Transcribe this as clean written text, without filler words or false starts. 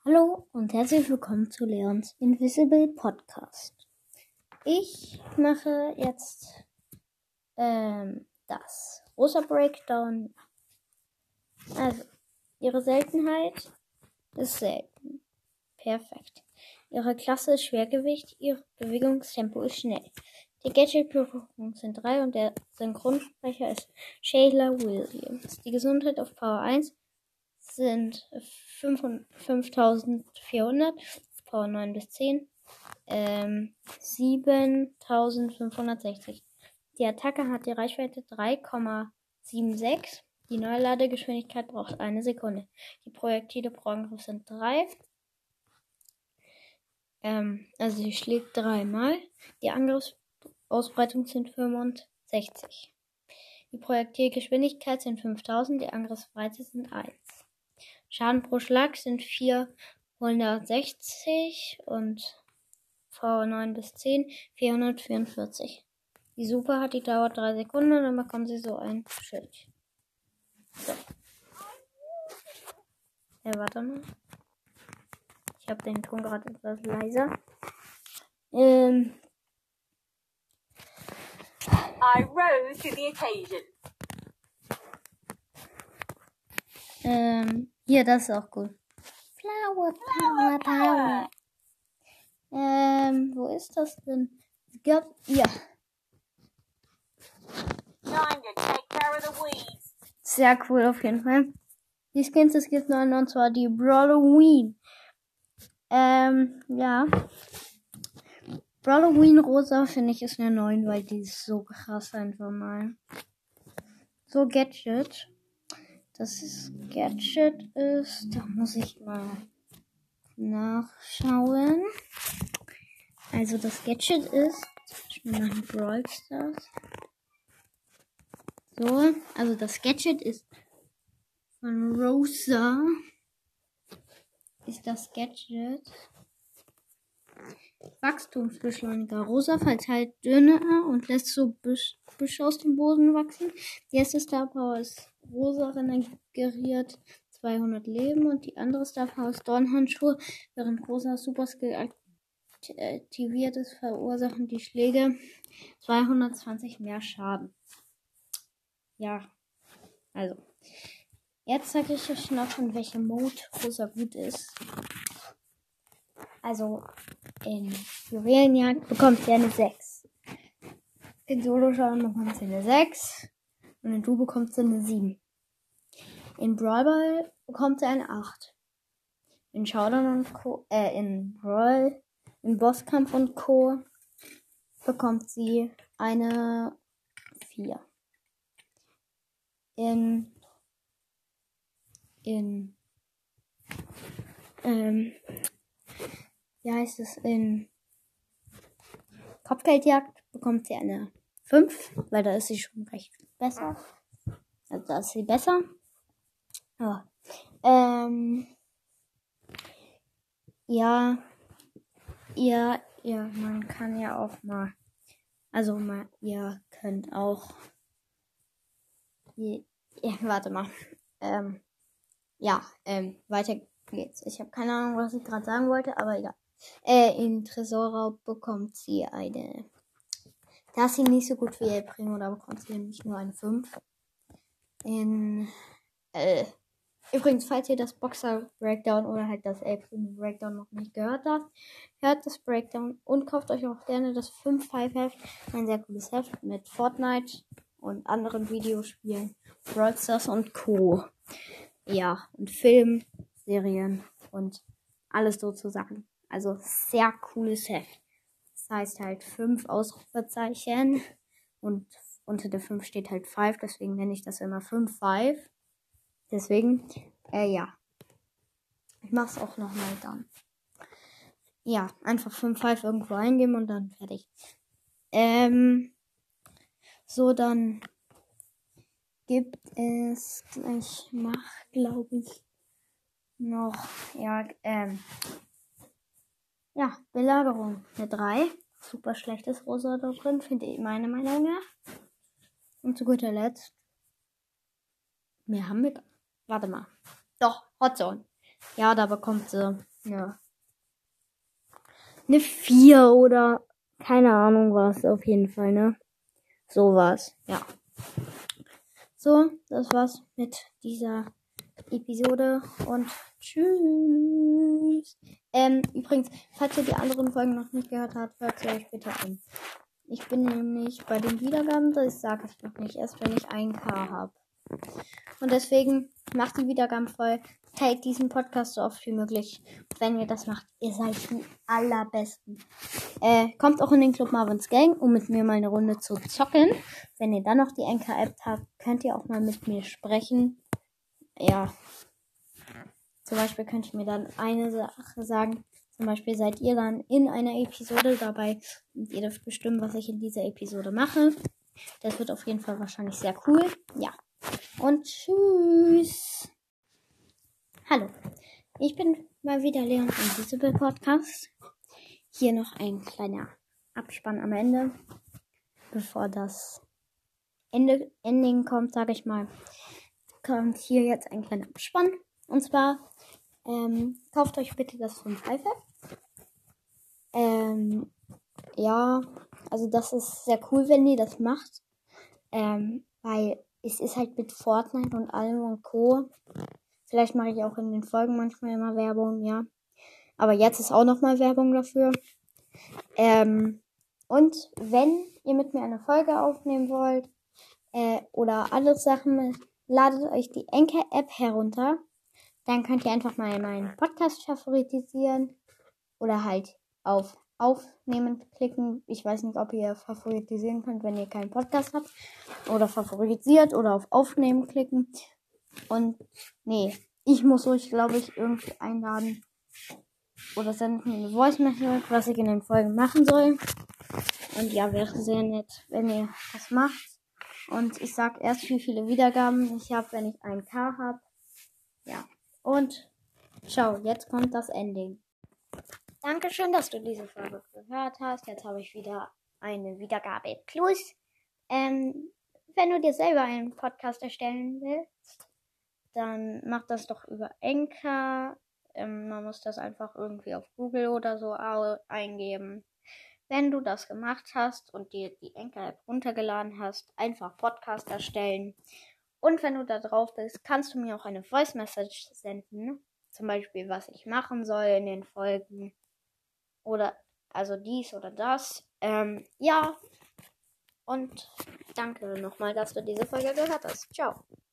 Hallo und herzlich willkommen zu Leons Invisible Podcast. Ich mache jetzt das Rosa Breakdown. Also, ihre Seltenheit ist selten. Perfekt. Ihre Klasse ist Schwergewicht, ihr Bewegungstempo ist schnell. Die Gadget-Berührungen sind 3 und der Synchronsprecher ist Shayla Williams. Die Gesundheit auf Power 1 sind 5400, Power 9 bis 10, 7560. Die Attacke hat die Reichweite 3,76. Die Neuladegeschwindigkeit braucht 1 Sekunde. Die Projektile pro Angriff sind 3. Also sie schlägt 3 Mal. Die Angriffsausbreitung sind 65. Die Projektilgeschwindigkeit sind 5000. Die Angriffsbreite sind 1. Schaden pro Schlag sind 460 und V9 bis 10 444. Die Super die dauert 3 Sekunden und dann bekommen sie so ein Schild. So. Warte mal. Ich habe den Ton gerade etwas leiser. I rose to the occasion. Hier, das ist auch cool. Flower Power. Wo ist das denn? Ja. Time to take care of the weeds. Sehr cool auf jeden Fall. Die Skins, es gibt noch einen, und zwar die Brawloween. Ja. Brawloween Rosa finde ich ist eine 9, weil die ist so krass einfach mal. So Gadget. Das Gadget ist, da muss ich mal nachschauen. Also das Gadget ist, ich mal nach Brawl Stars. So, also das Gadget ist von Rosa. Ist das Gadget Wachstumsbeschleuniger. Rosa verteilt Dünne und lässt so Büsche aus dem Boden wachsen. Die erste Star Power ist Rosa regeneriert 200 Leben und die andere Star Power ist Dornhandschuhe. Während Rosa Super Skill aktiviert ist, verursachen die Schläge 220 mehr Schaden. Ja, also. Jetzt sage ich euch noch, in welchem Mode Rosa gut ist. Also, in Juwelenjagd bekommt sie eine 6. In Solo-Schaden bekommt sie eine 6. Und in Du bekommt sie eine 7. In Brawl Ball bekommt sie eine 8. In Showdown und Co. In Brawl, in Bosskampf und Co. bekommt sie eine 4. Wie heißt es? In Kopfgeldjagd bekommt sie eine 5, weil da ist sie schon recht besser. Also da ist sie besser. Ja. Ja, man kann ja auch mal, also mal, ihr könnt auch, warte mal, weiter geht's. Ich habe keine Ahnung, was ich gerade sagen wollte, aber egal. In Tresorraub bekommt sie eine, da ist sie nicht so gut wie El Primo, da bekommt sie nämlich nur eine 5. Übrigens, falls ihr das Boxer Breakdown oder halt das El Primo Breakdown noch nicht gehört habt, hört das Breakdown und kauft euch auch gerne das 5-5 Heft. Ein sehr cooles Heft mit Fortnite und anderen Videospielen, Brawl Stars und Co. Ja, und Film, Serien und alles sozusagen. Also sehr cooles Heft. Das heißt halt 5 Ausrufezeichen und unter der 5 steht halt 5, deswegen nenne ich das immer 5-5. Deswegen, ja. Ich mach's auch nochmal dann. Ja, einfach 5-5 irgendwo eingeben und dann fertig. So, dann gibt es, ich mach, glaube ich, noch, Belagerung. Eine 3. Super schlechtes Rosa da drin, finde ich, meine Meinung nach. Und zu guter Letzt, mehr haben wir, warte mal. Doch, Hotzone. Ja, da bekommt sie Ja. Eine 4 oder keine Ahnung was auf jeden Fall, ne? So war's, ja. So, das war's mit dieser Episode und tschüss. Übrigens, falls ihr die anderen Folgen noch nicht gehört habt, hört sie euch bitte an. Ich bin nämlich bei den Wiedergaben, das sage ich noch nicht, erst wenn ich 1K habe. Und deswegen macht die Wiedergaben voll. Teilt diesen Podcast so oft wie möglich. Wenn ihr das macht, ihr seid die allerbesten. Kommt auch in den Club Marvins Gang, um mit mir mal eine Runde zu zocken. Wenn ihr dann noch die Anchor-App habt, könnt ihr auch mal mit mir sprechen. Ja. Zum Beispiel könnt ihr mir dann eine Sache sagen. Zum Beispiel seid ihr dann in einer Episode dabei und ihr dürft bestimmen, was ich in dieser Episode mache. Das wird auf jeden Fall wahrscheinlich sehr cool. Ja. Und tschüss. Hallo. Ich bin mal wieder Leon von Visible Podcast. Hier noch ein kleiner Abspann am Ende. Bevor das Ending kommt, sage ich mal, kommt hier jetzt ein kleiner Abspann. Und zwar kauft euch bitte das 5-Heft. Ja, also das ist sehr cool, wenn ihr das macht. Weil es ist halt mit Fortnite und allem und Co. Vielleicht mache ich auch in den Folgen manchmal immer Werbung, ja. Aber jetzt ist auch nochmal Werbung dafür. Und wenn ihr mit mir eine Folge aufnehmen wollt, oder andere Sachen, ladet euch die Anchor-App herunter. Dann könnt ihr einfach mal meinen Podcast favoritisieren oder halt auf Aufnehmen klicken. Ich weiß nicht, ob ihr favoritisieren könnt, wenn ihr keinen Podcast habt. Oder favorisiert oder auf Aufnehmen klicken. Und nee, ich muss euch, glaube ich, irgendwie einladen. Oder senden mir eine Voice Message, was ich in den Folgen machen soll. Und ja, wäre sehr nett, wenn ihr das macht. Und ich sag erst, wie viele Wiedergaben ich habe, wenn ich 1K habe. Ja. Und ciao, jetzt kommt das Ending. Dankeschön, dass du diese Folge gehört hast. Jetzt habe ich wieder eine Wiedergabe plus. Wenn du dir selber einen Podcast erstellen willst, dann mach das doch über Anchor. Man muss das einfach irgendwie auf Google oder so eingeben. Wenn du das gemacht hast und dir die Anchor-App runtergeladen hast, einfach Podcast erstellen. Und wenn du da drauf bist, kannst du mir auch eine Voice Message senden. Zum Beispiel, was ich machen soll in den Folgen. Oder, also dies oder das. Ja. Und danke nochmal, dass du diese Folge gehört hast. Ciao.